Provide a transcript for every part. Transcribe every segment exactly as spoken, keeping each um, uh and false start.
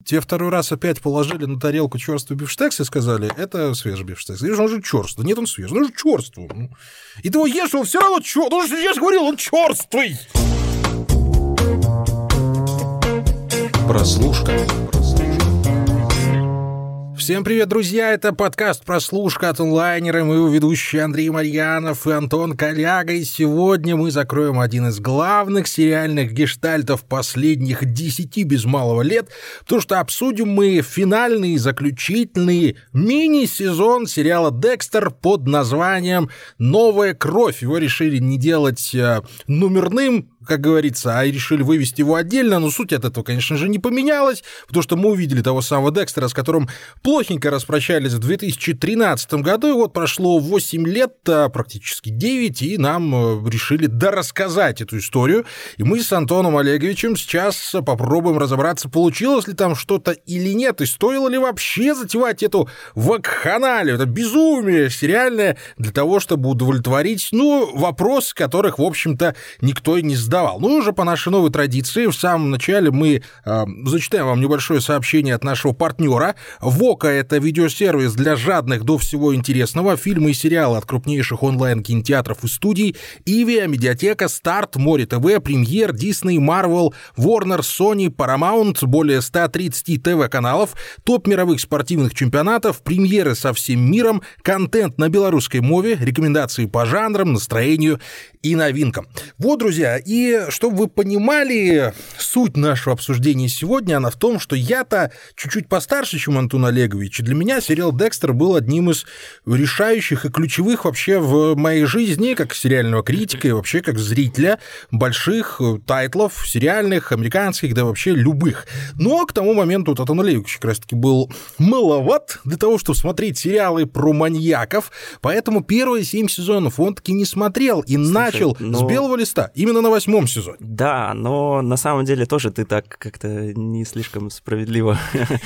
Тебе второй раз опять положили на тарелку черствый бифштекс и сказали, это свежий бифштекс. Видишь, он же черствый. Нет, он свежий, он же черствый. И ты его ешь, он все равно черствый. Ну, я же говорил, он черствый. Прослушка. Всем привет, друзья! Это подкаст «Прослушка» от онлайнера. Мы его ведущие Андрей Марьянов и Антон Коляга. И сегодня мы закроем один из главных сериальных гештальтов последних десяти без малого лет, потому что обсудим мы финальный, заключительный мини-сезон сериала «Декстер» под названием «Новая кровь». Его решили не делать э, номерным, как говорится, а решили вывести его отдельно, но суть от этого, конечно же, не поменялась, потому что мы увидели того самого Декстера, с которым плохенько распрощались в две тысячи тринадцатом году, и вот прошло восемь лет, практически девять, и нам решили дорассказать эту историю, и мы с Антоном Олеговичем сейчас попробуем разобраться, получилось ли там что-то или нет, и стоило ли вообще затевать эту вакханалию, это безумие сериальное для того, чтобы удовлетворить, ну, вопросы, которых, в общем-то, никто и не задал. Ну и уже по нашей новой традиции в самом начале мы э, зачитаем вам небольшое сообщение от нашего партнера. Вока — это видеосервис для жадных до всего интересного. Фильмы и сериалы от крупнейших онлайн-кинотеатров и студий. Иви, Медиатека, Старт, Море ТВ, Премьер, Дисней, Марвел, Warner, Sony, Paramount, более ста тридцати ТВ-каналов, топ мировых спортивных чемпионатов, премьеры со всем миром, контент на белорусской мове, рекомендации по жанрам, настроению и новинкам. Вот, друзья, и чтобы вы понимали, суть нашего обсуждения сегодня, она в том, что я-то чуть-чуть постарше, чем Антон Олегович, и для меня сериал «Декстер» был одним из решающих и ключевых вообще в моей жизни, как сериального критика и вообще как зрителя больших тайтлов, сериальных, американских, да вообще любых. Но к тому моменту вот Антон Олегович как раз-таки был маловат для того, чтобы смотреть сериалы про маньяков, поэтому первые семь сезонов он таки не смотрел и Слушай, начал но... с белого листа, именно на восьмом сезоне. Да, но на самом деле тоже ты так как-то не слишком справедливо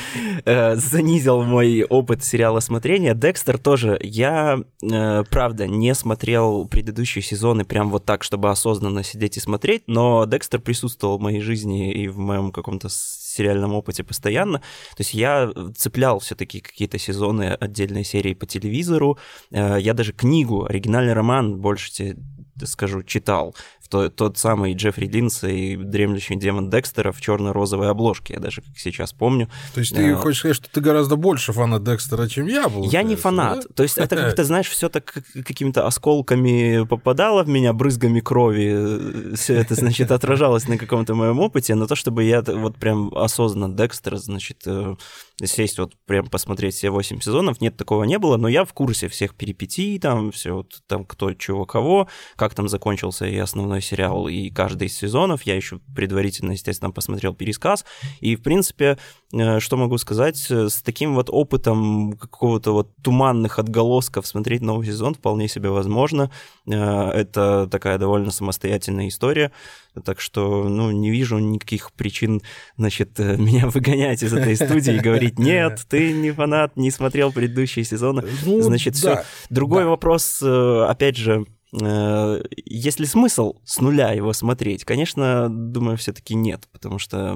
занизил мой опыт сериала смотрения. «Декстер» тоже. Я, правда, не смотрел предыдущие сезоны прям вот так, чтобы осознанно сидеть и смотреть, но «Декстер» присутствовал в моей жизни и в моем каком-то сериальном опыте постоянно. То есть я цеплял все-таки какие-то сезоны, отдельные серии по телевизору. Я даже книгу, оригинальный роман, больше тебе скажу, читал. Тот, тот самый Джеффри Линс и дремлющий демон Декстера в черно-розовой обложке, я даже как сейчас помню. То есть ты а... хочешь сказать, что ты гораздо больше фанат Декстера, чем я был? Я не фанат. Да? То есть это как-то, знаешь, все так какими-то осколками попадало в меня, брызгами крови, все это, значит, отражалось на каком-то моем опыте, но то, чтобы я вот прям осознанно Декстера, значит, сесть вот прям посмотреть все восемь сезонов, нет, такого не было, но я в курсе всех перипетий, там все, вот, там кто, чего, кого, как там закончился и основной сериал, и каждый из сезонов. Я еще предварительно, естественно, посмотрел пересказ. И, в принципе, что могу сказать, с таким вот опытом какого-то вот туманных отголосков смотреть новый сезон вполне себе возможно. Это такая довольно самостоятельная история. Так что, ну, не вижу никаких причин, значит, меня выгонять из этой студии и говорить: нет, ты не фанат, не смотрел предыдущие сезоны. Ну, значит, да, все. Другой да. вопрос, опять же, есть ли смысл с нуля его смотреть? Конечно, думаю, все-таки нет, потому что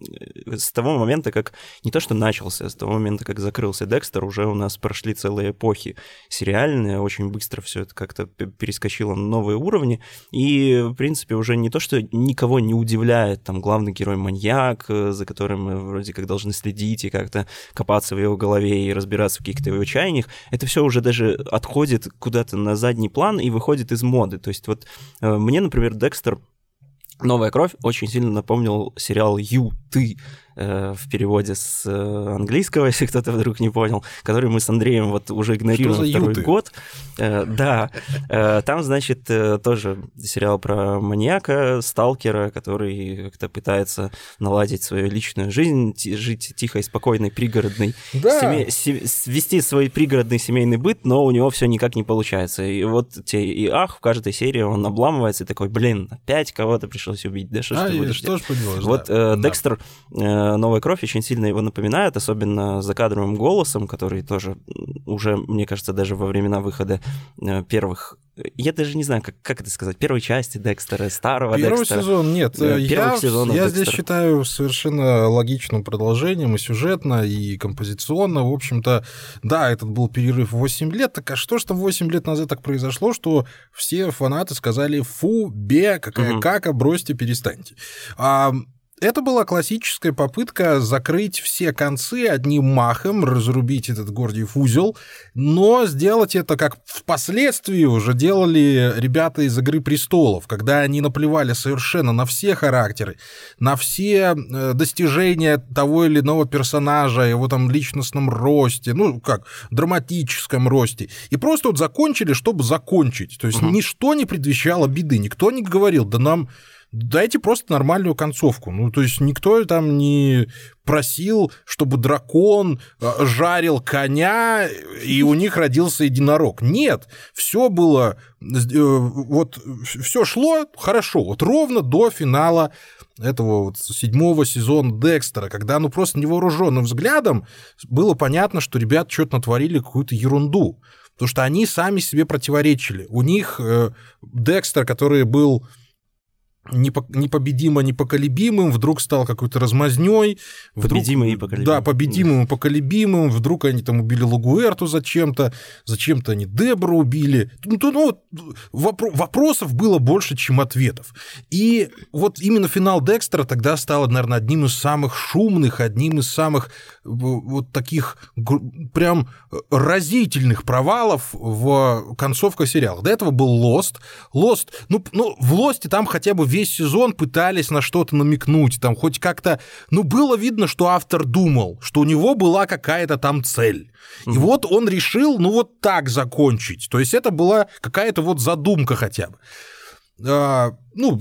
с того момента, как не то что начался, с того момента, как закрылся Декстер, уже у нас прошли целые эпохи сериальные, очень быстро все это как-то перескочило на новые уровни, и, в принципе, уже не то, что никого не удивляет там главный герой-маньяк, за которым мы вроде как должны следить и как-то копаться в его голове и разбираться в каких-то его чаяниях, это все уже даже отходит куда-то на задний план и выходит из моды. То есть вот э, мне, например, Декстер «Новая кровь» очень сильно напомнил сериал «Ю, ты», э, в переводе с э, английского, если кто-то вдруг не понял, который мы с Андреем вот уже игнорируем второй юты? год. Э, да, э, там, значит, э, тоже сериал про маньяка, сталкера, который как-то пытается наладить свою личную жизнь, жить тихой, спокойной, пригородной, да. семей, се, вести свой пригородный семейный быт, но у него все никак не получается. И вот те и ах, в каждой серии он обламывается и такой: блин, опять кого-то пришлось убить, да что ж а, ты будешь что ж поделаешь, Вот да. э, Декстер э, «Новая кровь» очень сильно его напоминает, особенно закадровым голосом, который тоже уже, мне кажется, даже во времена выхода э, первых я даже не знаю, как, как это сказать, первой части Декстера, старого Первый Декстера. сезон, нет. Первых Я, сезонов я Декстера. здесь считаю совершенно логичным продолжением и сюжетно, и композиционно. В общем-то, да, этот был перерыв восемь лет. Так а что ж там восемь лет назад так произошло, что все фанаты сказали: фу, бе, какая угу. кака, бросьте, перестаньте. А это была классическая попытка закрыть все концы одним махом, разрубить этот Гордиев узел, но сделать это, как впоследствии уже делали ребята из «Игры престолов», когда они наплевали совершенно на все характеры, на все достижения того или иного персонажа, его там личностном росте, ну, как, драматическом росте, и просто вот закончили, чтобы закончить. То есть угу. ничто не предвещало беды, никто не говорил: да нам... дайте просто нормальную концовку. Ну, то есть никто там не просил, чтобы дракон жарил коня, и у них родился единорог. Нет, все было, вот, все шло хорошо, вот ровно до финала этого вот седьмого сезона Декстера, когда, ну, просто невооруженным взглядом было понятно, что ребята что-то натворили, какую-то ерунду, потому что они сами себе противоречили. У них э, Декстер, который был непобедимо непоколебимым, вдруг стал какой-то размазнёй. Победимый и поколебимый. Да, победимым и поколебимым. Вдруг они там убили Лагуэрту зачем-то, зачем-то они Дебру убили. Ну, ну, вопро- вопросов было больше, чем ответов. И вот именно финал Декстера тогда стал, наверное, одним из самых шумных, одним из самых вот таких прям разительных провалов в концовке сериала. До этого был Lost. Lost, ну, ну в Lost там хотя бы весь сезон пытались на что-то намекнуть, там хоть как-то, ну, было видно, что автор думал, что у него была какая-то там цель. Mm-hmm. И вот он решил, ну, вот так закончить. То есть это была какая-то вот задумка хотя бы. А, ну,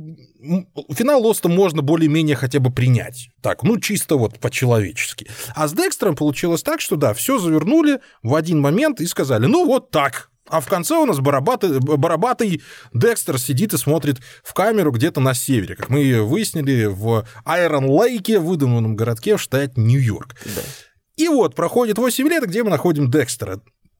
финал Лоста можно более-менее хотя бы принять. Так, ну, чисто вот по-человечески. А с Декстером получилось так, что, да, все завернули в один момент и сказали: ну, вот так. А в конце у нас барабатый, барабатый Декстер сидит и смотрит в камеру где-то на севере, как мы выяснили, в Айрон-Лейке, выдуманном городке в штате Нью-Йорк. Да. И вот проходит восемь лет, где мы находим Декстера.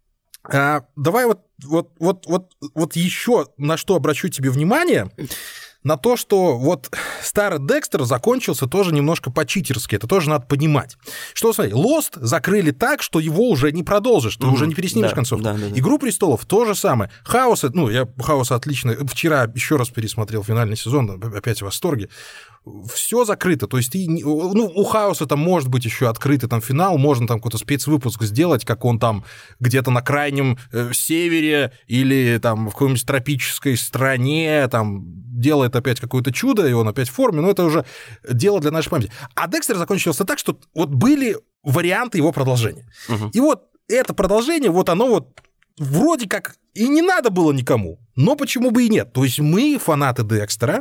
А, давай вот, вот, вот, вот, вот еще на что обращу тебе внимание. На то, что вот старый Декстер закончился тоже немножко по-читерски, это тоже надо понимать. Что, смотри, Lost закрыли так, что его уже не продолжишь, ты mm-hmm. уже не переснимешь да, концовку. Да, да, да. «Игру престолов» то же самое. Хаос, ну, я Хаос отлично, вчера еще раз пересмотрел финальный сезон, опять в восторге. Все закрыто, то есть ты, ну, у Хаоса там может быть еще открытый там финал, можно там какой-то спецвыпуск сделать, как он там где-то на крайнем э, севере или там в какой-нибудь тропической стране там делает опять какое-то чудо, и он опять в форме, но это уже дело для нашей памяти. А Декстер закончился так, что вот были варианты его продолжения. Угу. И вот это продолжение, вот оно вот вроде как и не надо было никому, но почему бы и нет? То есть мы, фанаты Декстера,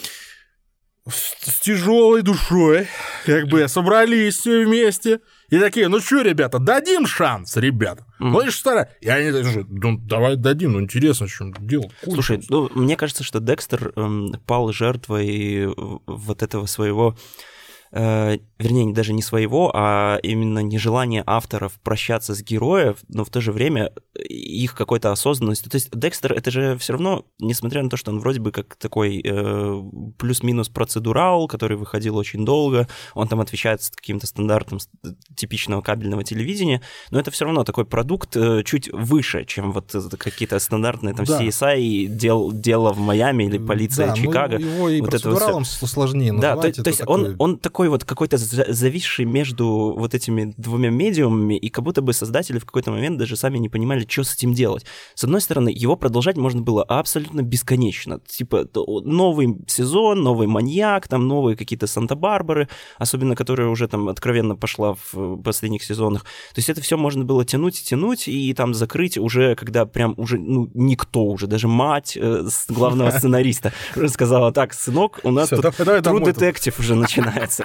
с тяжелой душой, как бы собрались все вместе и такие: ну что, ребята, дадим шанс, ребята. Mm-hmm. Ну, старая. И они такие: ну, давай дадим, ну, интересно, что делать. Слушай, ну, мне кажется, что Декстер эм, пал жертвой вот этого своего... Э, вернее, даже не своего, а именно нежелание авторов прощаться с героев, но в то же время их какой-то осознанностью. То есть Декстер — это же все равно, несмотря на то, что он вроде бы как такой э, плюс-минус процедурал, который выходил очень долго, он там отвечает с каким-то стандартом типичного кабельного телевидения, но это все равно такой продукт э, чуть выше, чем вот какие-то стандартные там да. си эс ай, дел, дело в Майами или полиция да, Чикаго. Ну, его и вот процедуралом это сложнее назвать. Да, то, то есть такой... он, он такой вот какой-то зависший между вот этими двумя медиумами, и как будто бы создатели в какой-то момент даже сами не понимали, что с этим делать. С одной стороны, его продолжать можно было абсолютно бесконечно. Типа новый сезон, новый маньяк, там новые какие-то Санта-Барбары, особенно которая уже там откровенно пошла в последних сезонах. То есть это все можно было тянуть и тянуть, и там закрыть уже, когда прям уже, ну, никто уже, даже мать э, главного сценариста сказала: так, сынок, у нас тут True Detective уже начинается.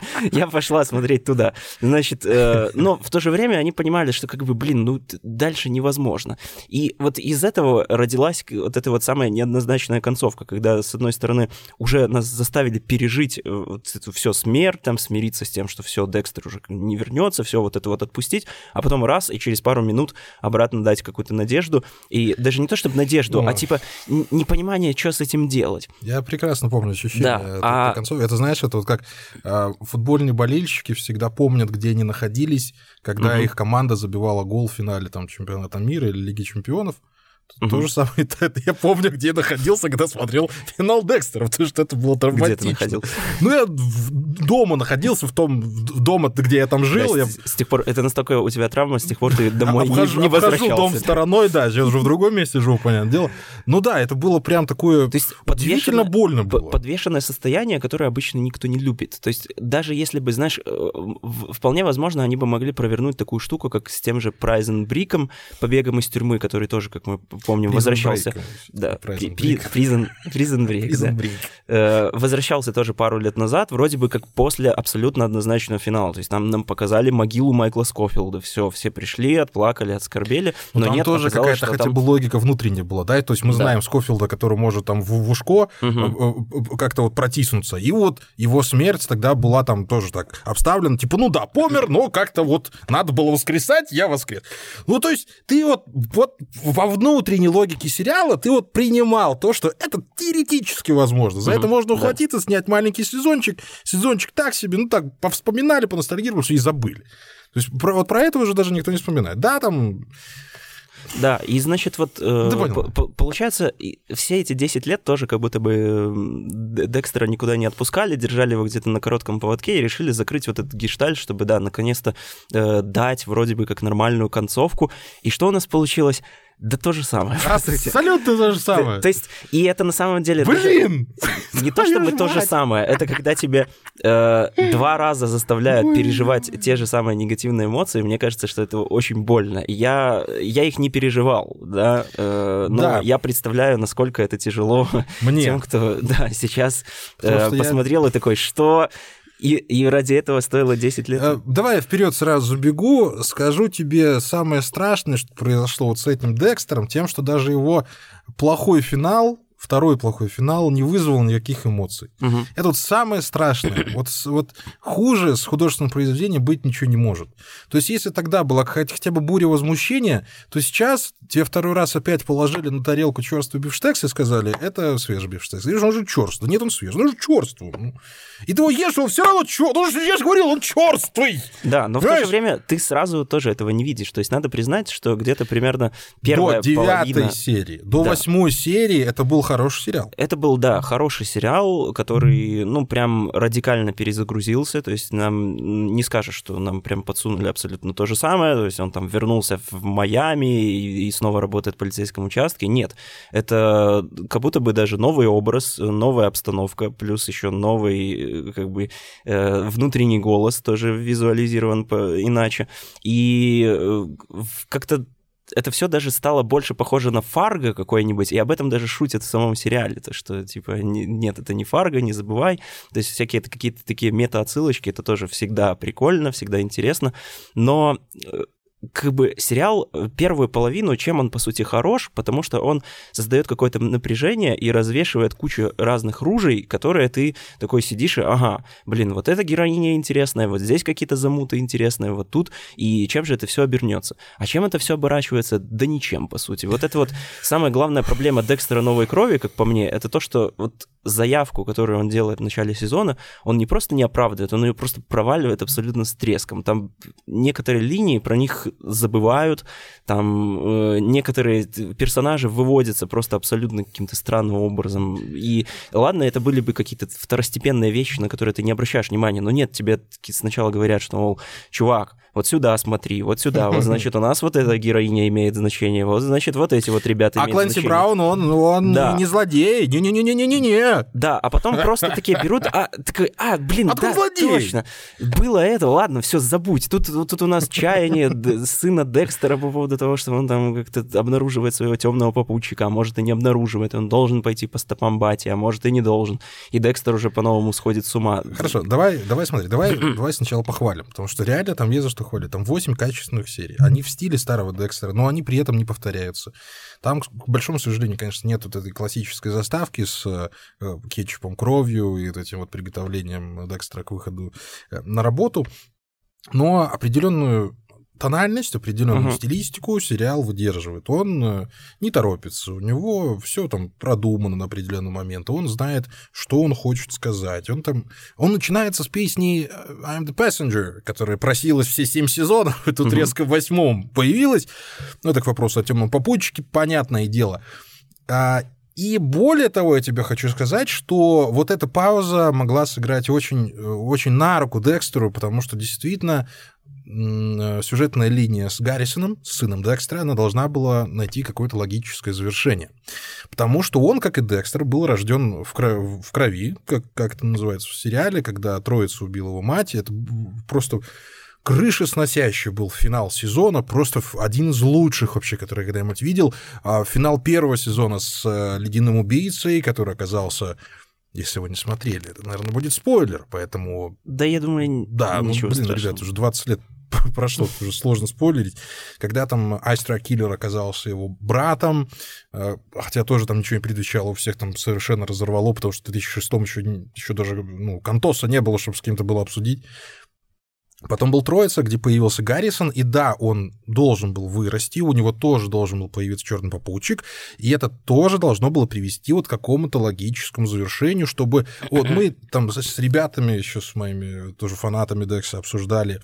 я пошла смотреть туда. Значит, э, но в то же время они понимали, что как бы, блин, ну дальше невозможно. И вот из этого родилась вот эта вот самая неоднозначная концовка, когда, с одной стороны, уже нас заставили пережить вот эту все смерть, там, смириться с тем, что все, Декстер уже не вернется, все вот это вот отпустить, а потом раз, и через пару минут обратно дать какую-то надежду. И даже не то, чтобы надежду, но... а типа непонимание, что с этим делать. Я прекрасно помню ощущение да, этой а... концовки. Это, знаешь, это вот как э, футбольные болельщики всегда помнят, где они находились, когда угу. их команда забивала гол в финале там, чемпионата мира или Лиги чемпионов. Uh-huh. То же самое, я помню, где я находился, когда смотрел финал Декстера, потому что это было травматично. Где ты находился? Ну, я дома находился, в том дома, где я там жил. Да, я... с, с тех пор, это настолько у тебя травма, с тех пор ты домой обхожу, не, не возвращался. Обхожу дом стороной, да, я уже в другом месте живу, понятное дело. Ну да, это было прям такое, то есть удивительно больно было. Подвешенное состояние, которое обычно никто не любит. То есть даже если бы, знаешь, вполне возможно, они бы могли провернуть такую штуку, как с тем же Прайзен Бриком, побегом из тюрьмы, который тоже, как мы помним, Prison возвращался... Break, да, Prison Break, да. Возвращался тоже пару лет назад, вроде бы как после абсолютно однозначного финала. То есть там нам показали могилу Майкла Скофилда. Все, все пришли, отплакали, отскорбели. Но, но там нет, тоже какая-то хотя там... бы логика внутренняя была, да? То есть мы да. знаем Скофилда, который может там в, в ушко угу. как-то вот протиснуться. И вот его смерть тогда была там тоже так обставлена. Типа, ну да, помер, но как-то вот надо было воскресать, я воскрес. Ну, то есть ты вот, вот во внутренней логике сериала ты вот принимал то, что это теоретически возможно. За mm-hmm. это можно ухватиться, да. снять маленький сезончик. Сезончик так себе, ну так, повспоминали, поностальгировали, и забыли. То есть про, вот про это уже даже никто не вспоминает. Да, там... Да, и значит, вот э, по- получается, все эти десять лет тоже как будто бы Декстера никуда не отпускали, держали его где-то на коротком поводке и решили закрыть вот этот гештальт, чтобы, да, наконец-то э, дать вроде бы как нормальную концовку. И что у нас получилось? Да то же самое. Абсолютно то же самое. То, то есть, и это на самом деле... Блин! Даже, не то, чтобы то же самое, это когда тебе э, два раза заставляют переживать те же самые негативные эмоции, мне кажется, что это очень больно. Я, я их не переживал, да, э, но да. я представляю, насколько это тяжело мне. Тем, кто да, сейчас э, посмотрел я... и такой, что... И, и ради этого стоило десять лет. Давай я вперед сразу забегу, скажу тебе самое страшное, что произошло вот с этим Декстером, тем, что даже его плохой финал, второй плохой финал не вызвал никаких эмоций. Угу. Это вот самое страшное. Вот, вот хуже с художественным произведением быть ничего не может. То есть если тогда была хотя бы буря возмущения, то сейчас тебе второй раз опять положили на тарелку чёрствый бифштекс и сказали, это свежий бифштекс. И он же чёрствый. Да нет, он свежий, он же чёрствый. И ты его ешь, он все равно чёрствый. Я же говорил, он чёрствый. Да, но Понимаешь? В то же время ты сразу тоже этого не видишь. То есть надо признать, что где-то примерно первая до девятой половина... серии, до да. восьмой серии это был хороший сериал. Это был, да, хороший сериал, который, ну, прям радикально перезагрузился, то есть нам не скажешь, что нам прям подсунули абсолютно то же самое, то есть он там вернулся в Майами и, и снова работает в полицейском участке. Нет, это как будто бы даже новый образ, новая обстановка, плюс еще новый, как бы, э, внутренний голос тоже визуализирован по- иначе. И э, как-то это все даже стало больше похоже на Фарго какой-нибудь, и об этом даже шутят в самом сериале, то что, типа, не, нет, это не Фарго, не забывай. То есть всякие какие-то такие мета-отсылочки, это тоже всегда прикольно, всегда интересно, но... как бы сериал первую половину, чем он, по сути, хорош, потому что он создает какое-то напряжение и развешивает кучу разных ружей, которые ты такой сидишь и, ага, блин, вот эта героиня интересная, вот здесь какие-то замуты интересные, вот тут, и чем же это все обернется? А чем это все оборачивается? Да ничем, по сути. Вот это вот самая главная проблема Декстера «Новой крови», как по мне, это то, что вот заявку, которую он делает в начале сезона, он не просто не оправдывает, он ее просто проваливает абсолютно с треском. Там некоторые линии, про них забывают, там э, некоторые персонажи выводятся просто абсолютно каким-то странным образом. И ладно, это были бы какие-то второстепенные вещи, на которые ты не обращаешь внимания, но нет, тебе сначала говорят, что, мол, чувак, вот сюда смотри, вот сюда, вот, значит, у нас вот эта героиня имеет значение, вот, значит, вот эти вот ребята имеют значение. А Клэнси Браун, он, он да. не злодей, не-не-не-не-не-не. Да, а потом просто такие берут, а, такой, а, блин, а да, точно, было это, ладно, все, забудь, тут, тут у нас чаяние сына Декстера по поводу того, что он там как-то обнаруживает своего темного попутчика, а может и не обнаруживает, он должен пойти по стопам Бати, а может и не должен, и Декстер уже по-новому сходит с ума. Хорошо, давай, давай смотри, давай, давай сначала похвалим, потому что реально там есть за что хвалить. Там восемь качественных серий. Они в стиле старого Декстера, но они при этом не повторяются. Там, к большому сожалению, конечно, нет вот этой классической заставки с э, кетчупом, кровью и вот этим вот приготовлением Декстера к выходу э, на работу, но определенную тональность, определенную uh-huh. стилистику сериал выдерживает. Он не торопится, у него все там продумано на определенный момент, он знает, что он хочет сказать. Он, там... он начинается с песни I'm the Passenger, которая просилась все семь сезонов, и тут uh-huh. резко в восьмом появилась. Ну, это к вопросу о темном попутчике, понятное дело. И более того, я тебе хочу сказать, что вот эта пауза могла сыграть очень, очень на руку Декстеру, потому что действительно сюжетная линия с Гаррисоном, с сыном Декстера, она должна была найти какое-то логическое завершение. Потому что он, как и Декстер, был рожден в крови, в крови как, как это называется в сериале, когда троица убила его мать. Это просто крышесносящий был финал сезона, просто один из лучших вообще, который я когда-нибудь видел. Финал первого сезона с «Ледяным убийцей», который оказался... Если вы не смотрели, это, наверное, будет спойлер, поэтому... Да, я думаю, да, ничего ну, блин, страшного. ребят, уже двадцать лет прошло, уже сложно спойлерить. Когда там Айстра Киллер оказался его братом, хотя тоже там ничего не предвещало, у всех там совершенно разорвало, потому что в две тысячи шестом еще, еще даже ну, Кантоса не было, чтобы с кем-то было обсудить. Потом был «Троица», где появился Гаррисон, и да, он должен был вырасти, у него тоже должен был появиться черный попутчик, и это тоже должно было привести вот к какому-то логическому завершению, чтобы... Вот мы там с ребятами, еще с моими тоже фанатами Декса обсуждали,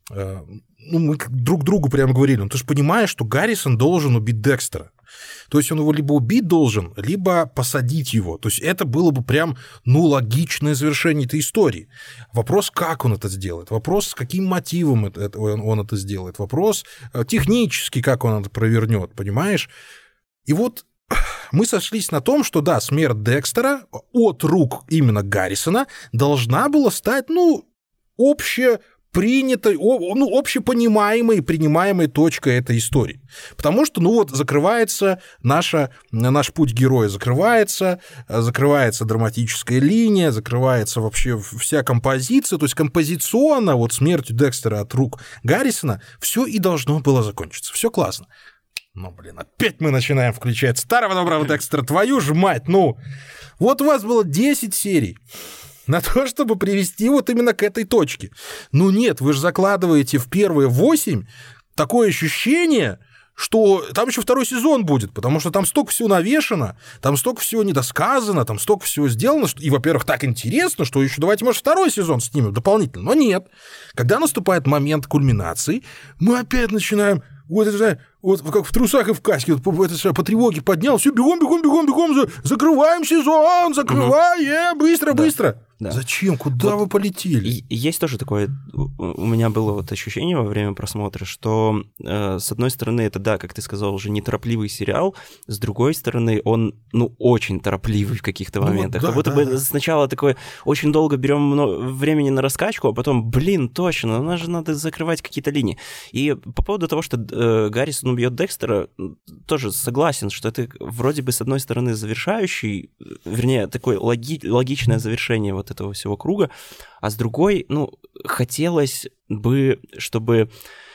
ну, мы друг другу прямо говорили, ну, ты же понимаешь, что Гаррисон должен убить Декстера. То есть он его либо убить должен, либо посадить его. То есть это было бы прям, ну, логичное завершение этой истории. Вопрос, как он это сделает. Вопрос, с каким мотивом это, он, он это сделает. Вопрос технически, как он это провернет, понимаешь? И вот мы сошлись на том, что, да, смерть Декстера от рук именно Гаррисона должна была стать, ну, обще... принятой, ну, общепонимаемой и принимаемой точкой этой истории. Потому что, ну вот, закрывается наша, наш путь героя, закрывается, закрывается драматическая линия, закрывается вообще вся композиция, то есть композиционно, вот смертью Декстера от рук Гаррисона, все и должно было закончиться. Все классно. Ну, блин, опять мы начинаем включать старого доброго Декстера, твою ж мать, ну. Вот у вас было десять серий на то, чтобы привести вот именно к этой точке. Ну нет, вы же закладываете в первые восемь такое ощущение, что там еще второй сезон будет, потому что там столько всего навешано, там столько всего недосказано, там столько всего сделано, и, во-первых, так интересно, что еще давайте, может, второй сезон снимем дополнительно. Но нет. Когда наступает момент кульминации, мы опять начинаем... Вот это, вот как в трусах и в каске, вот по, это, по тревоге поднял, все, бегом, бегом, бегом, бегом, за, закрываем сезон, закрываем, угу. быстро, да. быстро. Да. Зачем? Куда вот вы полетели? И, есть тоже такое, у меня было вот ощущение во время просмотра, что э, с одной стороны это, да, как ты сказал, уже неторопливый сериал, с другой стороны он, ну, очень торопливый в каких-то ну, моментах. Да, как будто да. бы сначала такое, очень долго берем времени на раскачку, а потом, блин, точно, у нас же надо закрывать какие-то линии. И по поводу того, что э, Гаррисон убьет Декстера, тоже согласен, что это вроде бы с одной стороны завершающий, вернее, такое логи, логичное завершение вот этого всего круга, а с другой, ну, хотелось бы, чтобы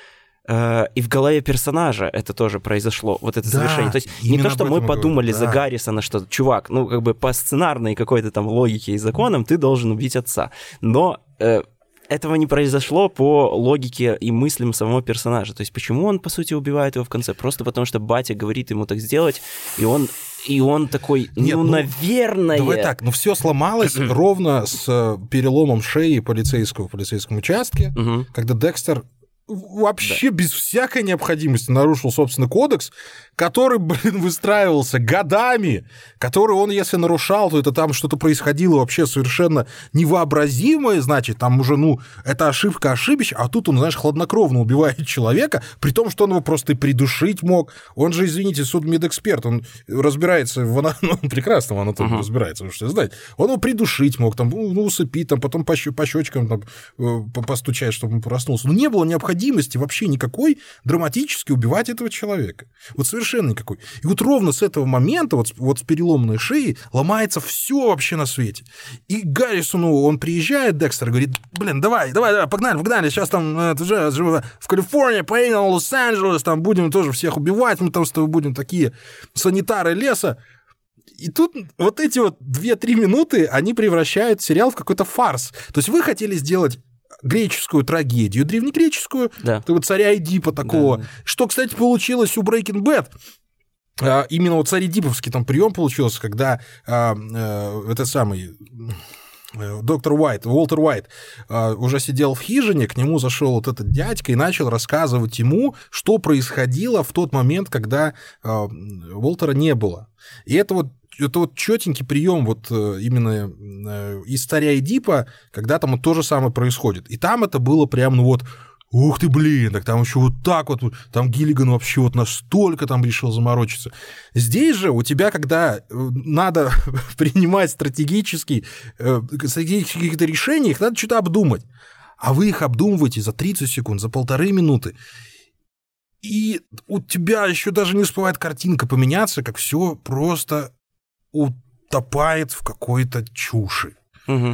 э, и в голове персонажа это тоже произошло, вот это да, завершение. То есть не то, что мы подумали говорю, за да. Гаррисона, что, чувак, ну, как бы по сценарной какой-то там логике и законам ты должен убить отца, но... Э, этого не произошло по логике и мыслям самого персонажа. То есть почему он, по сути, убивает его в конце? Просто потому, что батя говорит ему так сделать, и он, и он такой, Нет, ну, ну, наверное... Давай так, ну все сломалось ровно с переломом шеи полицейского в полицейском участке, угу. когда Декстер вообще да. без всякой необходимости нарушил, собственно, кодекс, который, блин, выстраивался годами, который он, если нарушал, то это там что-то происходило вообще совершенно невообразимое, значит, там уже, ну, это ошибка ошибищ, а тут он, знаешь, хладнокровно убивает человека, при том, что он его просто и придушить мог. Он же, извините, судмедэксперт, он разбирается, в, ну, он прекрасно в анатомии uh-huh. разбирается, вы что знаете. Он его придушить мог, там, ну, усыпить, там, потом по, по щечкам там, постучать, чтобы он проснулся. Но не было необходимости вообще никакой драматически убивать этого человека. Вот совершенно никакой. И вот ровно с этого момента, вот, вот с переломанной шеей, ломается все вообще на свете. И Гаррисону, он приезжает, Декстер, говорит, блин, давай, давай, давай, погнали, погнали, сейчас там это же, в Калифорнии, поедем в Лос-Анджелес, там будем тоже всех убивать, мы там с тобой будем такие санитары леса. И тут вот эти вот две-три минуты, они превращают сериал в какой-то фарс. То есть вы хотели сделать греческую трагедию, древнегреческую, да. царя Эдипа такого, да, да. что, кстати, получилось у Breaking Bad. Именно вот царь Эдиповский там прием получился, когда а, а, этот самый доктор Уайт, Уолтер Уайт, а, уже сидел в хижине, к нему зашел вот этот дядька и начал рассказывать ему, что происходило в тот момент, когда а, Уолтера не было. И это вот Это вот чётенький прием вот именно из царя Эдипа, когда там вот то же самое происходит. И там это было прям, ну вот, ух ты, блин, так там еще вот так вот, там Гиллиган вообще вот настолько там решил заморочиться. Здесь же у тебя, когда надо принимать стратегические, стратегические какие-то решения, их надо что-то обдумать. А вы их обдумываете за тридцать секунд, за полторы минуты. И у тебя еще даже не успевает картинка поменяться, как все просто утопает в какой-то чуши. Угу.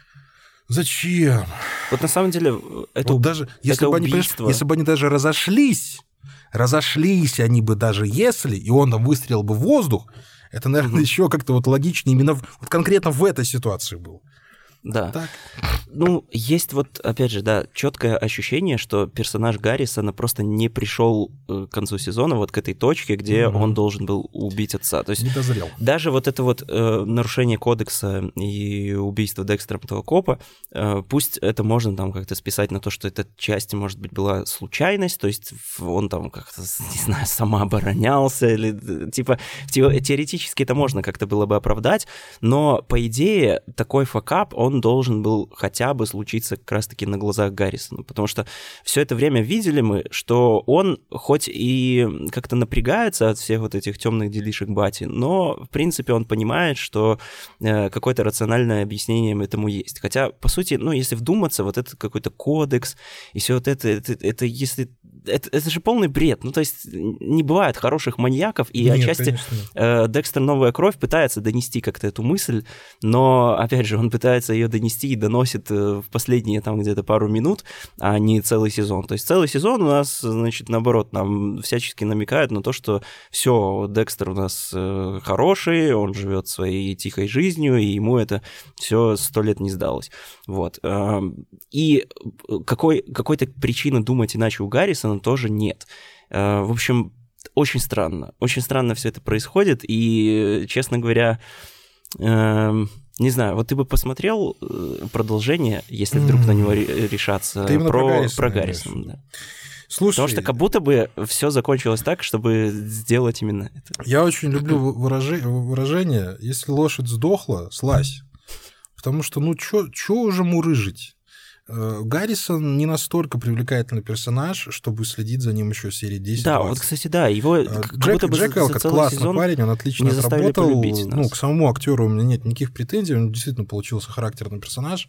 Зачем? Вот на самом деле это, вот даже, если, это бы они, если бы они даже разошлись, разошлись они бы даже если, и он там выстрелил бы в воздух, это, наверное, угу. еще как-то вот логичнее именно в, вот конкретно в этой ситуации было. Да. Так. Ну, есть вот, опять же, да, четкое ощущение, что персонаж Гаррисона просто не пришел к концу сезона вот к этой точке, где угу. он должен был убить отца. То есть не дозрел. Даже вот это вот э, нарушение кодекса и убийство Декстером этого копа, э, пусть это можно там как-то списать на то, что эта часть, может быть, была случайность, то есть он там как-то, не знаю, самооборонялся, или типа теоретически это можно как-то было бы оправдать, но, по идее, такой факап, он он должен был хотя бы случиться как раз-таки на глазах Гаррисона, потому что все это время видели мы, что он хоть и как-то напрягается от всех вот этих темных делишек бати, но, в принципе, он понимает, что э, какое-то рациональное объяснение этому есть. Хотя, по сути, ну, если вдуматься, вот этот какой-то кодекс и все вот это, это, это если... Это, это же полный бред. Ну, то есть не бывает хороших маньяков, и Нет, отчасти э, Декстер «Новая кровь» пытается донести как-то эту мысль, но, опять же, он пытается ее донести и доносит в последние там где-то пару минут, а не целый сезон. То есть целый сезон у нас, значит, наоборот, нам всячески намекают на то, что все, Декстер у нас э, хороший, он живет своей тихой жизнью, и ему это все сто лет не сдалось. Вот. Э, и какой, какой-то причины думать иначе у Гаррисона тоже нет. Э, в общем, очень странно. Очень странно все это происходит, и, честно говоря, э, не знаю, вот ты бы посмотрел продолжение, если вдруг mm. на него решаться, про, про Гаррисона. Про Гаррисона да. Слушай, потому что как будто бы все закончилось так, чтобы сделать именно это. Я очень люблю выражение, выражение «если лошадь сдохла, слазь». Потому что, ну, чё уже мурыжить? Гаррисон не настолько привлекательный персонаж, чтобы следить за ним еще серии десять-двадцать. Да, вот, кстати, да, его как Джек, будто бы Джек за, за как классный сезон парень, он отлично отработал. Ну, нас. к самому актеру у меня нет никаких претензий, он действительно получился характерный персонаж.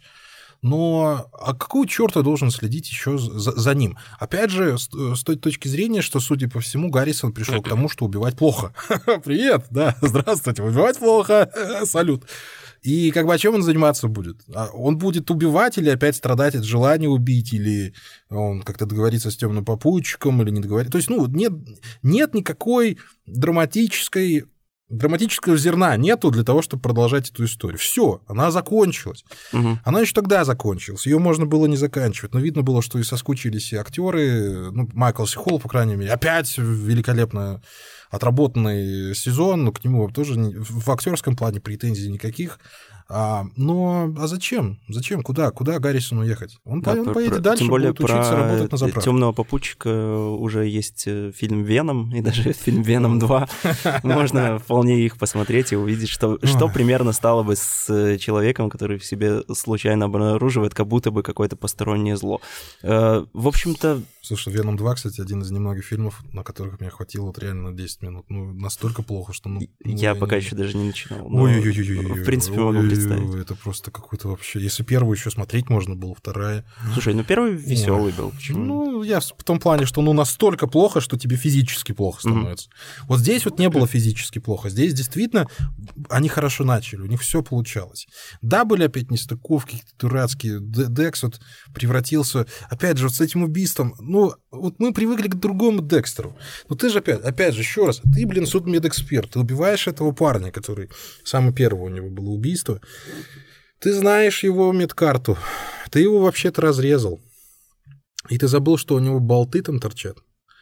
Но а какого черта я должен следить еще за, за ним? Опять же, с, с той точки зрения, что, судя по всему, Гаррисон пришел к тому, что убивать плохо. Привет, да, здравствуйте, убивать плохо, салют. И как бы о чем он заниматься будет? Он будет убивать или опять страдать от желания убить, или он как-то договорится с темным попутчиком, или не договорится. То есть, ну, нет, нет никакой драматической, драматического зерна нету для того, чтобы продолжать эту историю. Все, она закончилась. Угу. Она еще тогда закончилась. Ее можно было не заканчивать. Но видно было, что и соскучились и актеры. Ну, Майкл Си Холл, по крайней мере, опять великолепно отработанный сезон, но к нему тоже в актерском плане претензий никаких. А, но, а зачем? Зачем? Куда? Куда Гаррисону ехать? Он, да, по, он про, поедет про, дальше, тем более будет учиться работать на заправке. «Темного попутчика» уже есть фильм «Веном», и даже фильм «Веном два». Можно вполне их посмотреть и увидеть, что, что примерно стало бы с человеком, который в себе случайно обнаруживает как будто бы какое-то постороннее зло. В общем-то... Слушай, «Веном два», кстати, один из немногих фильмов, на которых мне хватило вот реально на десять минут. Ну, настолько плохо, что... Ну, я ну, пока не... еще даже не начинал. Ой-ой-ой. В принципе, могу представить. Это просто какой-то вообще... Если первую еще смотреть можно было, вторая... Слушай, ну первый веселый был. Почему? Ну, я в том плане, что ну настолько плохо, что тебе физически плохо становится. Mm-hmm. Вот здесь вот не было физически плохо. Здесь действительно они хорошо начали, у них все получалось. Да, были опять нестыковки, какие-то дурацкие. Декс вот превратился... Опять же, вот с этим убийством... Ну, вот мы привыкли к другому Декстеру. Но ты же опять, опять же, еще раз, ты, блин, судмедэксперт, ты убиваешь этого парня, который... Самое первое у него было убийство. Ты знаешь его медкарту, ты его вообще-то разрезал. И ты забыл, что у него болты там торчат.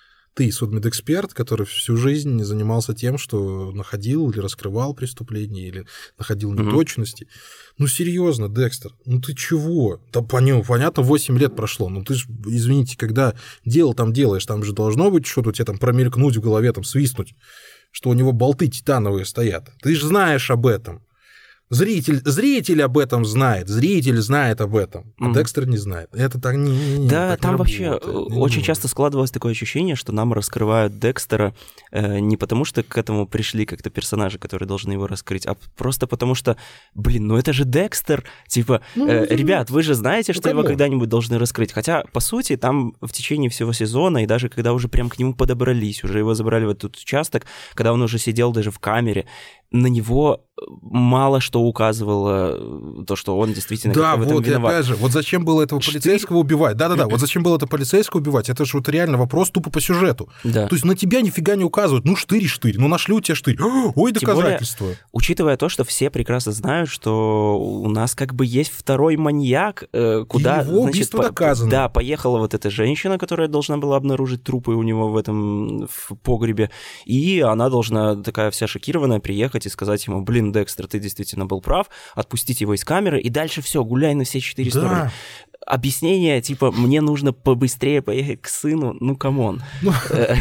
Ты судмедэксперт, который всю жизнь занимался тем, что находил или раскрывал преступления, или находил неточности. Mm-hmm. Ну, серьезно, Декстер, ну ты чего? Да, понятно, восемь лет прошло, но ты же, извините, когда дело там делаешь, там же должно быть что-то у тебя там промелькнуть в голове, там свистнуть, что у него болты титановые стоят. Ты же знаешь об этом. Зритель, зритель об этом знает, зритель знает об этом, а mm-hmm. Декстер не знает. Это так не, не, не Да, так там не вообще работает. очень не часто складывалось такое ощущение, что нам раскрывают Декстера э, не потому, что к этому пришли как-то персонажи, которые должны его раскрыть, а просто потому что, блин, ну это же Декстер, типа, ну, э, ну, ребят, вы же знаете, что ну, его когда-нибудь должны раскрыть. Хотя, по сути, там в течение всего сезона, и даже когда уже прям к нему подобрались, уже его забрали в этот участок, когда он уже сидел даже в камере, на него мало что указывало то, что он действительно да, в этом вот, виноват. Да, опять же, вот зачем было этого полицейского Штырь... убивать? Да-да-да, вот зачем было это полицейского убивать? Это же вот реально вопрос тупо по сюжету. Да. То есть на тебя нифига не указывают. Ну, штырь, штырь, ну нашли у тебя штырь. Ой, доказательства. Более, учитывая то, что все прекрасно знают, что у нас как бы есть второй маньяк, куда... И его убийство значит, доказано. Да, поехала вот эта женщина, которая должна была обнаружить трупы у него в этом в погребе, и она должна такая вся шокированная приехать и сказать ему: блин, Декстер, ты действительно был прав, отпустить его из камеры, и дальше все, гуляй на все четыре да. стороны. Объяснение, типа, мне нужно побыстрее поехать к сыну, ну, камон. Ну,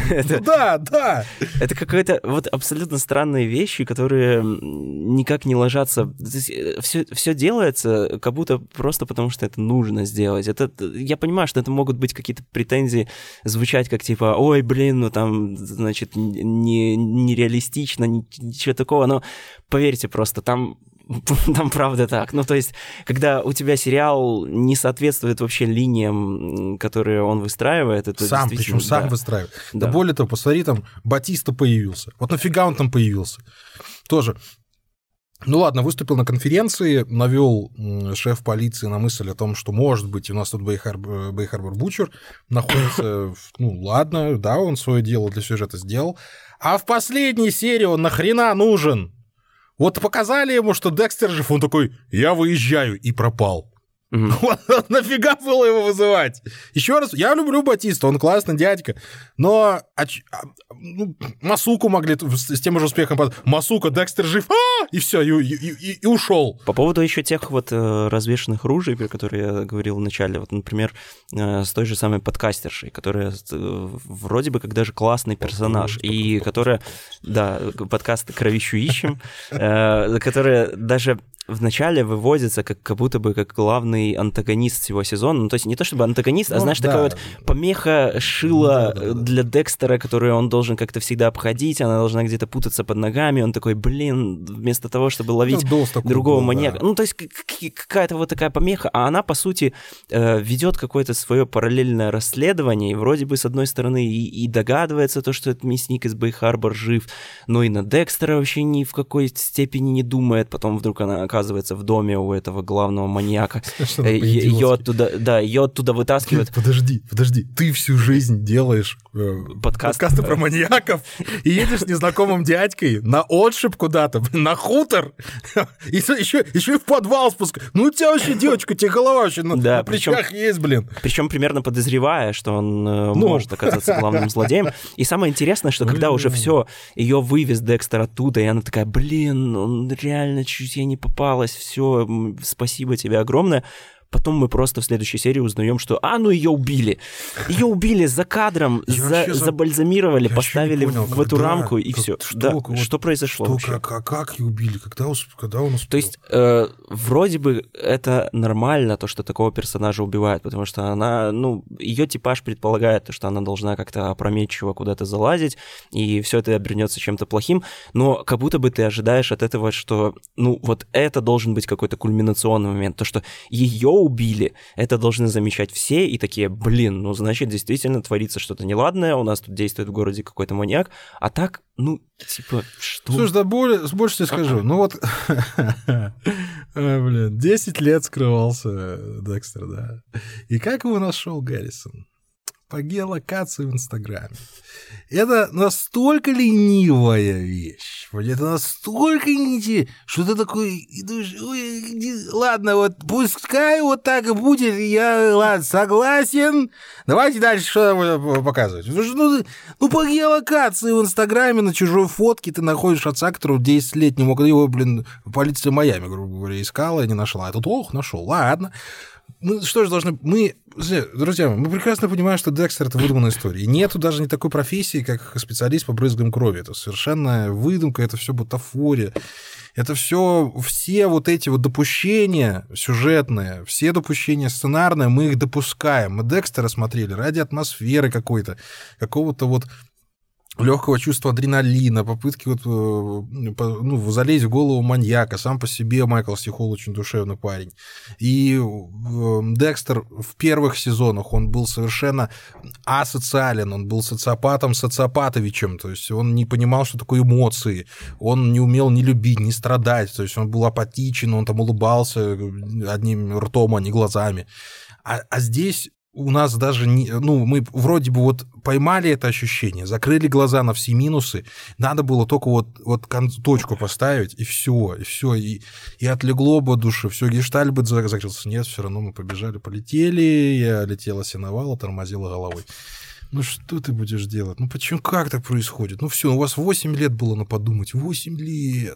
да, да. Это какая-то вот абсолютно странные вещи, которые никак не ложатся. Все, все делается как будто просто потому, что это нужно сделать. Это, я понимаю, что это могут быть какие-то претензии, звучать как типа: ой, блин, ну там, значит, не, нереалистично, ничего такого, но поверьте просто, там Там правда так. Ну, то есть, когда у тебя сериал не соответствует вообще линиям, которые он выстраивает, это сам, причем сам да. выстраивает. Да. да более того, посмотри, там Батиста появился. Вот нафига он там появился? Тоже. Ну ладно, выступил на конференции, навел шеф полиции на мысль о том, что, может быть, у нас тут Бэй-Харбор Бучер находится. Ну ладно, да, он свое дело для сюжета сделал. А в последней серии он нахрена нужен? Вот показали ему, что Декстер жив, он такой: я выезжаю, и пропал. Mm-hmm. Вот, нафига было его вызывать? Еще раз, я люблю Батиста, он классный дядька, но а, ну, Масуку могли с тем же успехом... Масука, Декстер жив, а! И все, и, и, и, и ушел. По поводу еще тех вот развешенных ружей, про которые я говорил в начале, вот, например, с той же самой подкастершей, которая вроде бы как даже классный персонаж, и которая, да, подкаст «Кровищу ищем», которая даже вначале выводится как, как будто бы как главный антагонист всего сезона. Ну, то есть не то чтобы антагонист, ну, а, знаешь, да. такая вот помеха шила да, да, да. для Декстера, которую он должен как-то всегда обходить, она должна где-то путаться под ногами, он такой: блин, вместо того, чтобы ловить другого был, маньяка. Да. Ну, то есть какая-то вот такая помеха, а она, по сути, ведет какое-то свое параллельное расследование, и вроде бы, с одной стороны, и, и догадывается то, что этот мясник из Бэй-Харбор жив, но и на Декстера вообще ни в какой степени не думает, потом вдруг она оказывается оказывается в доме у этого главного маньяка. Ее оттуда, да, ее оттуда вытаскивают. Подожди, подожди, ты всю жизнь делаешь э, Подкаст, подкасты про маньяков и едешь с незнакомым дядькой на отшиб куда-то, на хутор, и еще, еще и в подвал спускаешь. Ну у тебя вообще, девочка, тебе голова вообще на, да, на плечах причем, есть, блин. Причем примерно подозревая, что он э, ну. может оказаться главным злодеем. И самое интересное, что когда уже все, ее вывез Декстер оттуда, и она такая: блин, он реально чуть я не попал распалась, все, спасибо тебе огромное. Потом мы просто в следующей серии узнаем, что «А, ну ее убили!» Ее убили за кадром, за, за... забальзамировали, я поставили понял, в эту когда, рамку, и как, все. Что, да, вот, что произошло что, вообще? Как, а как ее убили? Когда, когда он успел? То есть, э, вроде бы это нормально, то, что такого персонажа убивают, потому что она, ну, ее типаж предполагает, то, что она должна как-то опрометчиво куда-то залазить, и все это обернется чем-то плохим, но как будто бы ты ожидаешь от этого, что, ну, вот это должен быть какой-то кульминационный момент, то, что ее убили, это должны замечать все, и такие, блин, ну, значит, действительно творится что-то неладное, у нас тут действует в городе какой-то маньяк, а так, ну, типа, что? Слушай, да более, больше тебе скажу, ну вот, блин, десять лет скрывался Декстер, да, и как его нашел Гаррисон? По геолокации в Инстаграме. Это настолько ленивая вещь. Это настолько не... Что ты такой... Ой, ладно, вот пускай вот так и будет. Я, ладно, согласен. Давайте дальше что показывать. Ну, ну, по геолокации в Инстаграме на чужой фотке ты находишь отца, которого десять лет не мог... Его, блин, полиция Майами, грубо говоря, искала и не нашла. А тут, ох, нашел. Ладно. Мы что же должны... Мы, друзья, мы прекрасно понимаем, что Декстер — это выдуманная история. И нету даже не такой профессии, как специалист по брызгам крови. Это совершенно выдумка, это все бутафория. Это все, все вот эти вот допущения сюжетные, все допущения сценарные, мы их допускаем. Мы Декстера смотрели ради атмосферы какой-то, какого-то вот легкого чувства адреналина, попытки вот, ну, залезть в голову маньяка. Сам по себе Майкл Си Холл очень душевный парень. И Декстер в первых сезонах, он был совершенно асоциален, он был социопатом Социопатовичем, то есть он не понимал, что такое эмоции, он не умел ни любить, ни страдать, то есть он был апатичен, он там улыбался одним ртом, а не глазами. А, а здесь... У нас даже не... Ну, мы вроде бы вот поймали это ощущение, закрыли глаза на все минусы, надо было только вот, вот точку поставить, и все, и все, и, и отлегло бы от души, все, гештальт бы закрылся. Нет, все равно мы побежали, полетели, я летела сеновала, тормозила головой. Ну, что ты будешь делать? Ну, почему, как так происходит? Ну, все, у вас восемь лет было на подумать, восемь лет.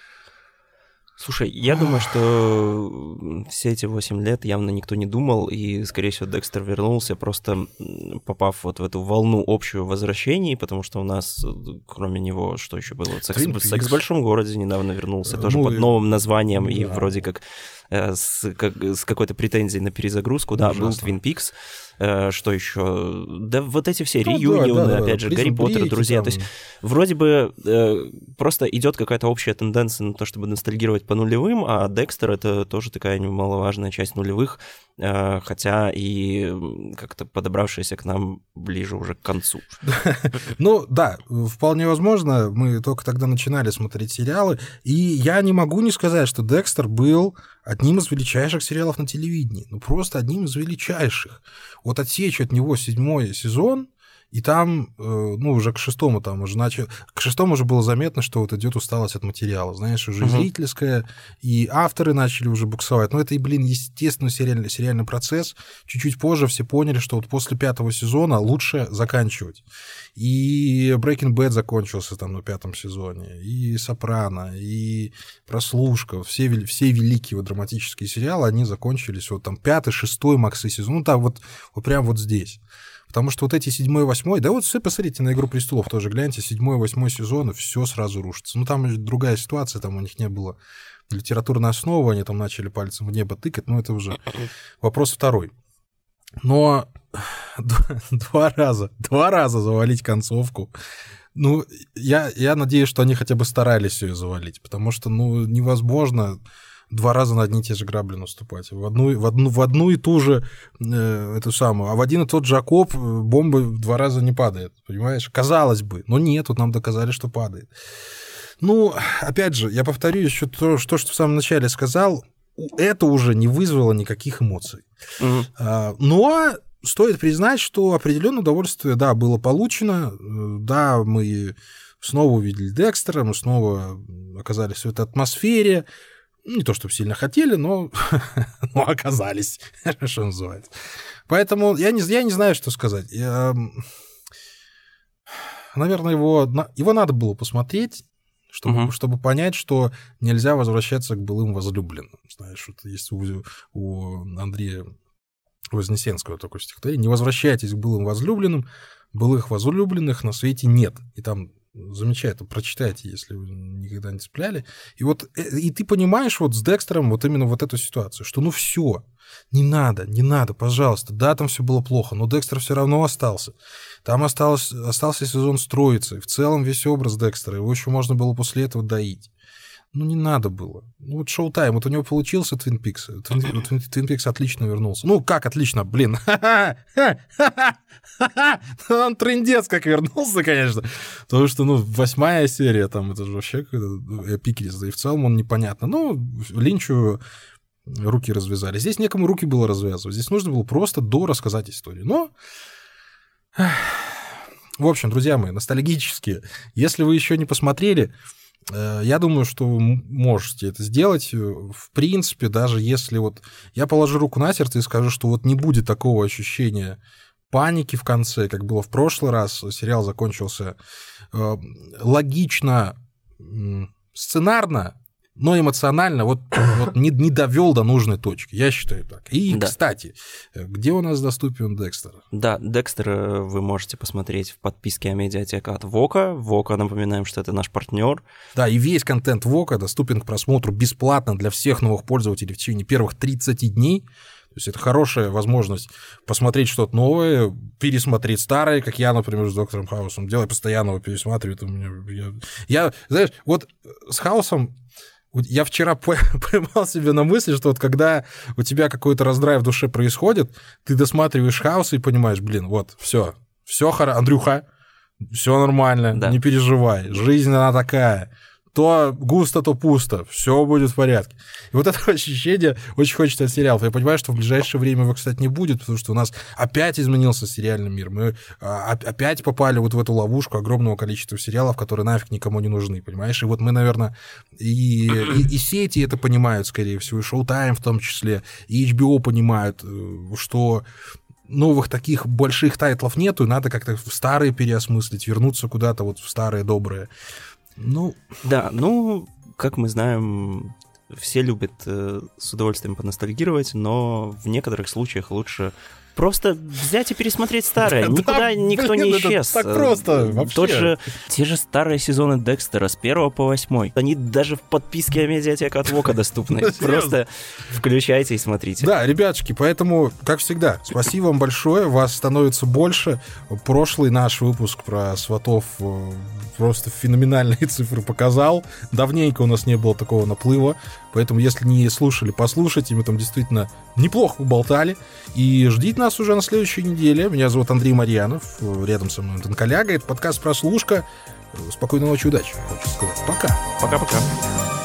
Слушай, я думаю, что все эти восемь лет явно никто не думал, и, скорее всего, Декстер вернулся, просто попав вот в эту волну общую возвращений, потому что у нас, кроме него, что еще было? Секс, Секс в большом городе недавно вернулся, тоже ну, под новым названием, да. И вроде как с, как с какой-то претензией на перезагрузку, да, был Twin Peaks. Что еще? Да вот эти все ну, реюнионы, да, да, опять да, же, Гарри Поттер, друзья. Там... То есть вроде бы э, просто идет какая-то общая тенденция на то, чтобы ностальгировать по нулевым, а Декстер — это тоже такая немаловажная часть нулевых, э, хотя и как-то подобравшаяся к нам ближе уже к концу. Ну да, вполне возможно. Мы только тогда начинали смотреть сериалы, и я не могу не сказать, что Декстер был одним из величайших сериалов на телевидении. Ну просто одним из величайших. Вот отсечь от него седьмой сезон, и там, ну, уже к шестому там уже начал... К шестому уже было заметно, что вот идет усталость от материала, знаешь, уже uh-huh. зрительская, и авторы начали уже буксовать. Но это, и, блин, естественный сериальный, сериальный процесс. Чуть-чуть позже все поняли, что вот после пятого сезона лучше заканчивать. И Breaking Bad закончился там на пятом сезоне, и Сопрано, и Прослушка. Все, все великие вот драматические сериалы, они закончились вот там пятый, шестой максы сезон. Ну, там вот, вот прям вот здесь. Потому что вот эти седьмой, восьмой, да вот все посмотрите на «Игру престолов» тоже, гляньте, седьмой, восьмой сезоны, все сразу рушится. Ну, там другая ситуация, там у них не было литературной основы, они там начали пальцем в небо тыкать, но это уже вопрос второй. Но два раза, два раза завалить концовку, ну, я, я надеюсь, что они хотя бы старались ее завалить, потому что, ну, невозможно... два раза на одни и те же грабли наступать. В одну, в одну, в одну и ту же э, эту самую. А в один и тот же окоп бомба два раза не падает, понимаешь? Казалось бы, но нет, тут нам доказали, что падает. Ну, опять же, я повторю еще то, что, что в самом начале сказал, это уже не вызвало никаких эмоций. Угу. А, но стоит признать, что определенное удовольствие, да, было получено, да, мы снова увидели Декстера, мы снова оказались в этой атмосфере. Не то, чтобы сильно хотели, но, но оказались, что называется. Поэтому я не, я не знаю, что сказать. Я, наверное, его, его надо было посмотреть, чтобы, Мгм. чтобы понять, что нельзя возвращаться к былым возлюбленным. Знаешь, вот есть у, у Андрея Вознесенского такое стихотворение: «Не возвращайтесь к былым возлюбленным, былых возлюбленных на свете нет». И там замечательно, прочитайте, если вы никогда не цепляли. И вот и ты понимаешь вот с Декстером вот именно вот эту ситуацию, что ну все, не надо, не надо, пожалуйста. Да, там все было плохо, но Декстер все равно остался. Там осталось, остался сезон с Троицей. В целом весь образ Декстера, его еще можно было после этого доить. Ну, не надо было. Ну, вот Шоу-тайм, вот у него получился Твин Пикс. Твин Пикс отлично вернулся. Ну, как отлично, блин. Он трындец как вернулся, конечно. Потому что, ну, восьмая серия, там, это же вообще эпикрис. Да и в целом он непонятно. Ну, Линчу руки развязали. Здесь некому руки было развязывать. Здесь нужно было просто дорассказать историю. Но... В общем, друзья мои, ностальгические. Если вы еще не посмотрели... Я думаю, что вы можете это сделать. В принципе, даже если вот... Я положу руку на сердце и скажу, что вот не будет такого ощущения паники в конце, как было в прошлый раз. Сериал закончился э, логично, э, сценарно, но эмоционально вот, вот не, не довел до нужной точки. Я считаю так. И, да. Кстати, где у нас доступен Декстер? Да, Декстер вы можете посмотреть в подписке «Амедиатека» от Вока. Вока, напоминаем, что это наш партнер. Да, и весь контент Вока доступен к просмотру бесплатно для всех новых пользователей в течение первых тридцати дней. То есть это хорошая возможность посмотреть что-то новое, пересмотреть старое, как я, например, с Доктором Хаусом. Делаю, постоянно его пересматриваю. У меня, я, я, знаешь, вот с Хаусом я вчера поймал себя на мысли, что вот когда у тебя какой-то раздрай в душе происходит, ты досматриваешь Хаус и понимаешь, блин, вот, все, все хорошо, Андрюха, все нормально, да. Не переживай, жизнь она такая. То густо, то пусто, все будет в порядке. И вот это ощущение очень хочется от сериалов. Я понимаю, что в ближайшее время его, кстати, не будет, потому что у нас опять изменился сериальный мир. Мы опять попали вот в эту ловушку огромного количества сериалов, которые нафиг никому не нужны, понимаешь? И вот мы, наверное, и, и, и сети это понимают, скорее всего, и Showtime в том числе, и эйч би о понимают, что... новых таких больших тайтлов нету, и надо как-то в старые переосмыслить, вернуться куда-то вот в старые добрые. Ну... Да, ну, как мы знаем, все любят э, с удовольствием поностальгировать, но в некоторых случаях лучше просто взять и пересмотреть старое. Никуда да, никто блин, не исчез. Так просто, вообще. Тот же, те же старые сезоны Декстера с первого по восьмой. Они даже в подписке «Амедиатека» от Вока доступны. Просто включайте и смотрите. Да, ребятушки, поэтому, как всегда, спасибо вам большое. Вас становится больше. Прошлый наш выпуск про сватов просто феноменальные цифры показал. Давненько у нас не было такого наплыва. Поэтому, если не слушали, послушайте. Мы там действительно неплохо поболтали. И ждите нас уже на следующей неделе. Меня зовут Андрей Марьянов. Рядом со мной Антон Коляга. Это подкаст «Прослушка». Спокойной ночи, удачи. Хочется сказать. Пока. Пока-пока.